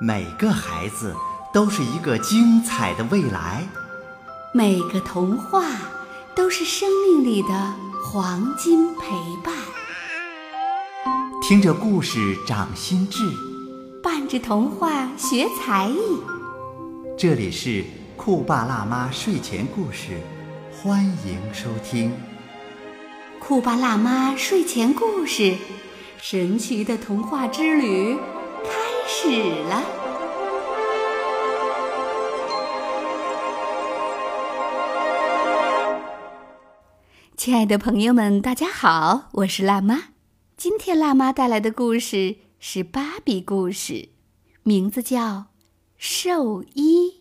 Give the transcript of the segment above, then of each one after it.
每个孩子都是一个精彩的未来， 每个童话都是生命里的黄金陪伴。 听着故事长心智， 伴着童话学才艺。 这里是酷爸辣妈睡前故事，欢迎收听。 酷爸辣妈睡前故事，神奇的童话之旅开始了。亲爱的朋友们，大家好，我是辣妈。今天辣妈带来的故事是芭比故事，名字叫《兽医》。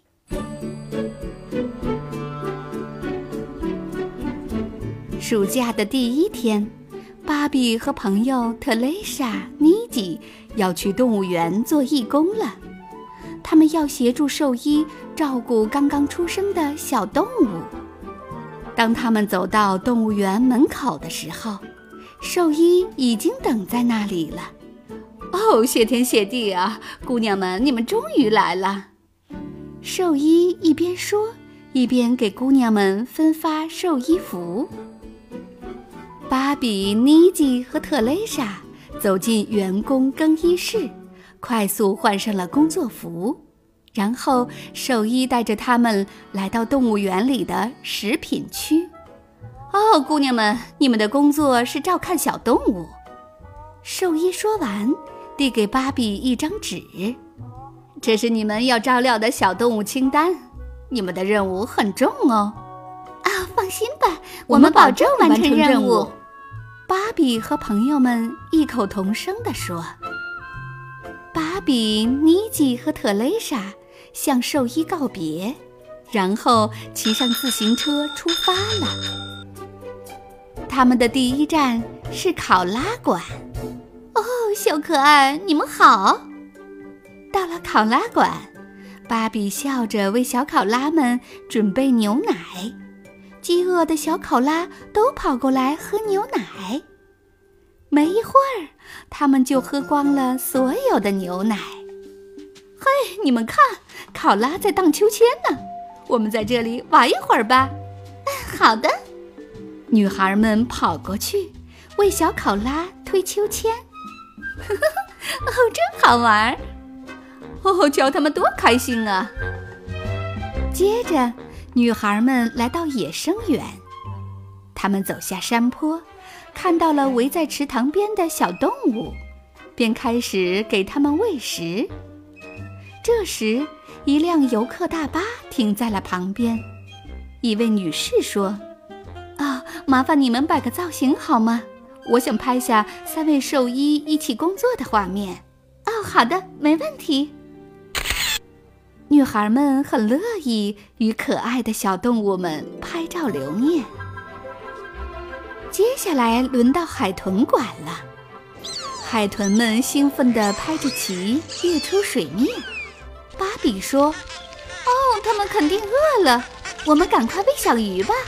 暑假的第一天，芭比和朋友特蕾莎、妮吉要去动物园做义工了。他们要协助兽医照顾刚刚出生的小动物。当他们走到动物园门口的时候，兽医已经等在那里了。哦，谢天谢地啊，姑娘们，你们终于来了。兽医一边说，一边给姑娘们分发兽医服。芭比、妮吉和特蕾莎走进员工更衣室，快速换上了工作服。然后兽医带着他们来到动物园里的食品区。哦，姑娘们，你们的工作是照看小动物。兽医说完，递给芭比一张纸，这是你们要照料的小动物清单，你们的任务很重哦。啊，放心吧，我们保证完成任务。芭比和朋友们异口同声地说。芭比、妮吉和特蕾莎向兽医告别，然后骑上自行车出发了。他们的第一站是考拉馆。哦，小可爱，你们好。到了考拉馆，芭比笑着为小考拉们准备牛奶，饥饿的小考拉都跑过来喝牛奶。没一会儿，他们就喝光了所有的牛奶。嘿，你们看，考拉在荡秋千呢，我们在这里玩一会儿吧。好的。女孩们跑过去，为小考拉推秋千。哦，真好玩。哦，教他们多开心啊。接着，女孩们来到野生园，她们走下山坡，看到了围在池塘边的小动物，便开始给它们喂食。这时，一辆游客大巴停在了旁边。一位女士说：麻烦你们摆个造型好吗？我想拍下3位兽医一起工作的画面。哦，好的，没问题。女孩们很乐意与可爱的小动物们拍照留念。接下来轮到海豚馆了。海豚们兴奋地拍着鳍跃出水面。芭比说：哦，它们肯定饿了，我们赶快喂小鱼吧。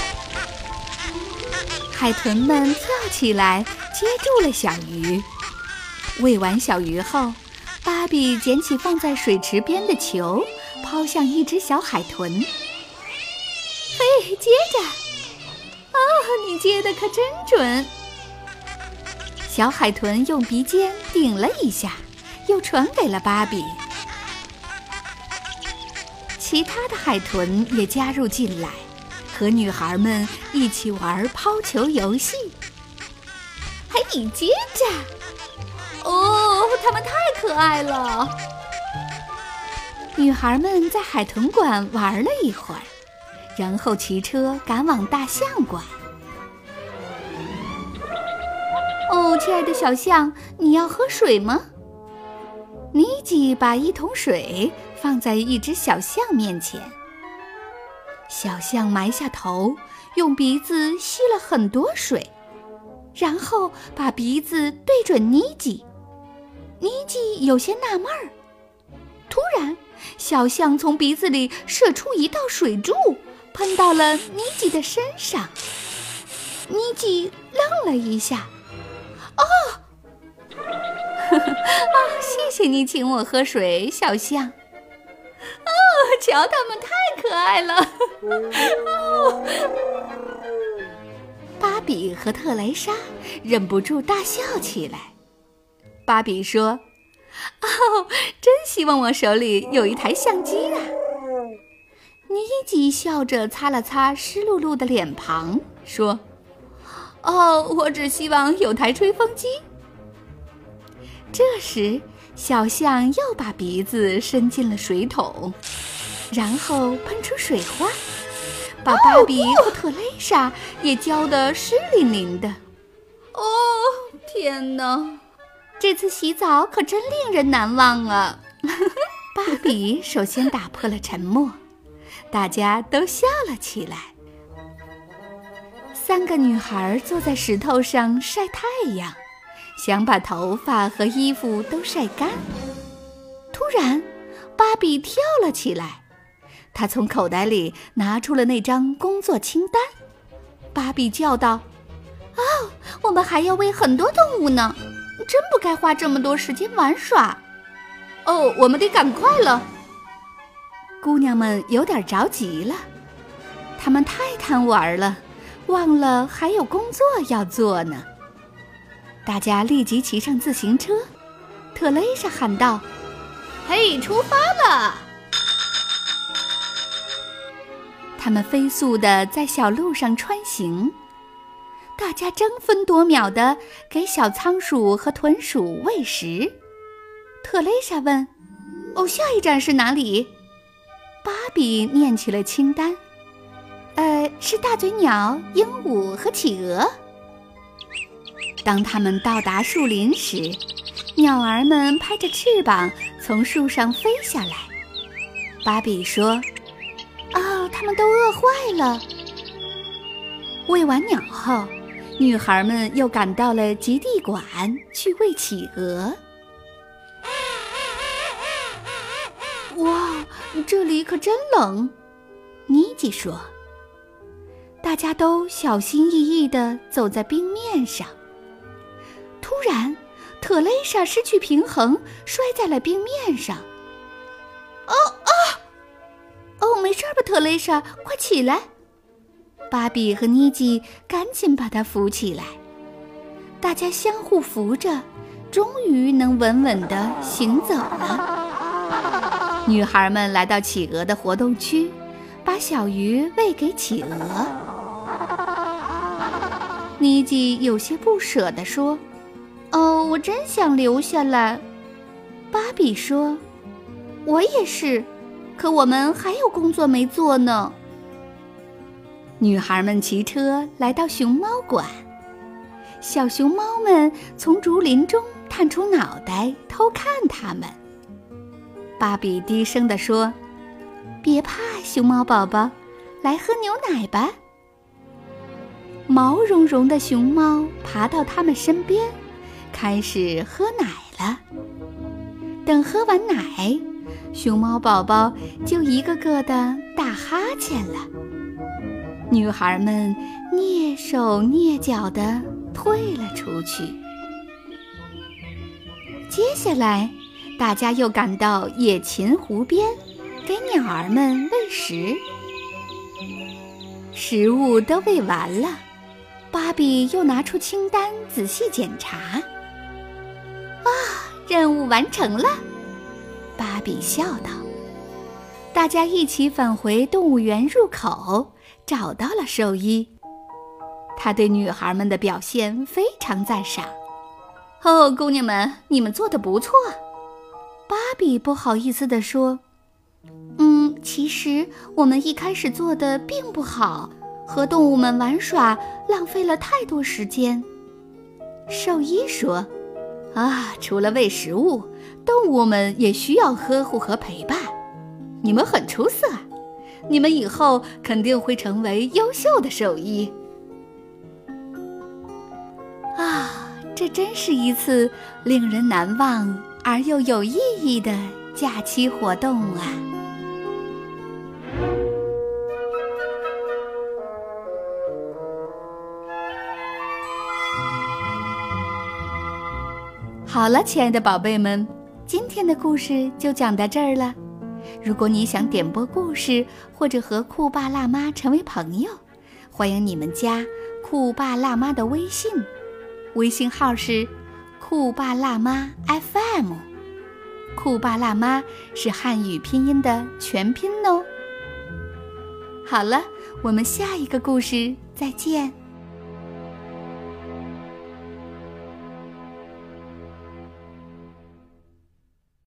海豚们跳起来接住了小鱼。喂完小鱼后，芭比捡起放在水池边的球，抛向一只小海豚。嘿，接着！哦，你接的可真准。小海豚用鼻尖顶了一下，又传给了芭比。其他的海豚也加入进来，和女孩们一起玩抛球游戏。嘿，接着！哦，它们太可爱了。女孩们在海豚馆玩了一会儿，然后骑车赶往大象馆。哦，亲爱的小象，你要喝水吗？妮吉把一桶水放在一只小象面前。小象埋下头，用鼻子吸了很多水，然后把鼻子对准妮吉。妮吉有些纳闷儿。突然，小象从鼻子里射出一道水柱，喷到了妮吉的身上。妮吉愣了一下。哦， 谢谢你请我喝水，小象。瞧他们太可爱了。芭比和特蕾莎忍不住大笑起来。芭比说：真希望我手里有一台相机啊。妮吉笑着擦了擦湿漉漉的脸庞，说：我只希望有台吹风机。这时小象又把鼻子伸进了水桶，然后喷出水花，把芭比和特蕾莎也浇得湿淋淋的。天哪，这次洗澡可真令人难忘啊。芭比首先打破了沉默，大家都笑了起来。3个女孩坐在石头上晒太阳，想把头发和衣服都晒干。突然，芭比跳了起来，她从口袋里拿出了那张工作清单。芭比叫道：我们还要喂很多动物呢，真不该花这么多时间玩耍。我们得赶快了。姑娘们有点着急了，她们太贪玩了，忘了还有工作要做呢。大家立即骑上自行车，特蕾莎喊道：嘿，出发了！他们飞速地在小路上穿行，大家争分夺秒地给小仓鼠和豚鼠喂食。特蕾莎问：下一站是哪里？芭比念起了清单：是大嘴鸟、鹦鹉和企鹅。当他们到达树林时，鸟儿们拍着翅膀从树上飞下来。芭比说：它们都饿坏了。喂完鸟后，女孩们又赶到了极地馆去喂企鹅。哇，这里可真冷，妮吉说。大家都小心翼翼地走在冰面上。突然，特蕾莎失去平衡，摔在了冰面上。没事吧，特蕾莎，快起来！芭比和妮吉赶紧把她扶起来。大家相互扶着，终于能稳稳地行走了。女孩们来到企鹅的活动区，把小鱼喂给企鹅。妮吉有些不舍地说：我真想留下来。芭比说：我也是，可我们还有工作没做呢。女孩们骑车来到熊猫馆，小熊猫们从竹林中探出脑袋偷看它们。芭比低声地说：别怕，熊猫宝宝，来喝牛奶吧。毛茸茸的熊猫爬到它们身边，开始喝奶了。等喝完奶，熊猫宝宝就一个个的打哈欠了。女孩们蹑手蹑脚地退了出去。接下来，大家又赶到野芹湖边，给鸟儿们喂食。食物都喂完了，芭比又拿出清单仔细检查。任务完成了，芭比笑道。大家一起返回动物园入口，找到了兽医。他对女孩们的表现非常赞赏。姑娘们，你们做得不错。芭比不好意思地说：其实我们一开始做的并不好，和动物们玩耍浪费了太多时间。兽医说：除了喂食物，动物们也需要呵护和陪伴。你们很出色，你们以后肯定会成为优秀的兽医。这真是一次令人难忘而又有意义的假期活动啊！ 好了，亲爱的宝贝们，今天的故事就讲到这儿了。如果你想点播故事，或者和酷爸辣妈成为朋友，欢迎你们加酷爸辣妈的微信，微信号是酷爸辣妈 FM。酷爸辣妈是汉语拼音的全拼哦。好了，我们下一个故事再见。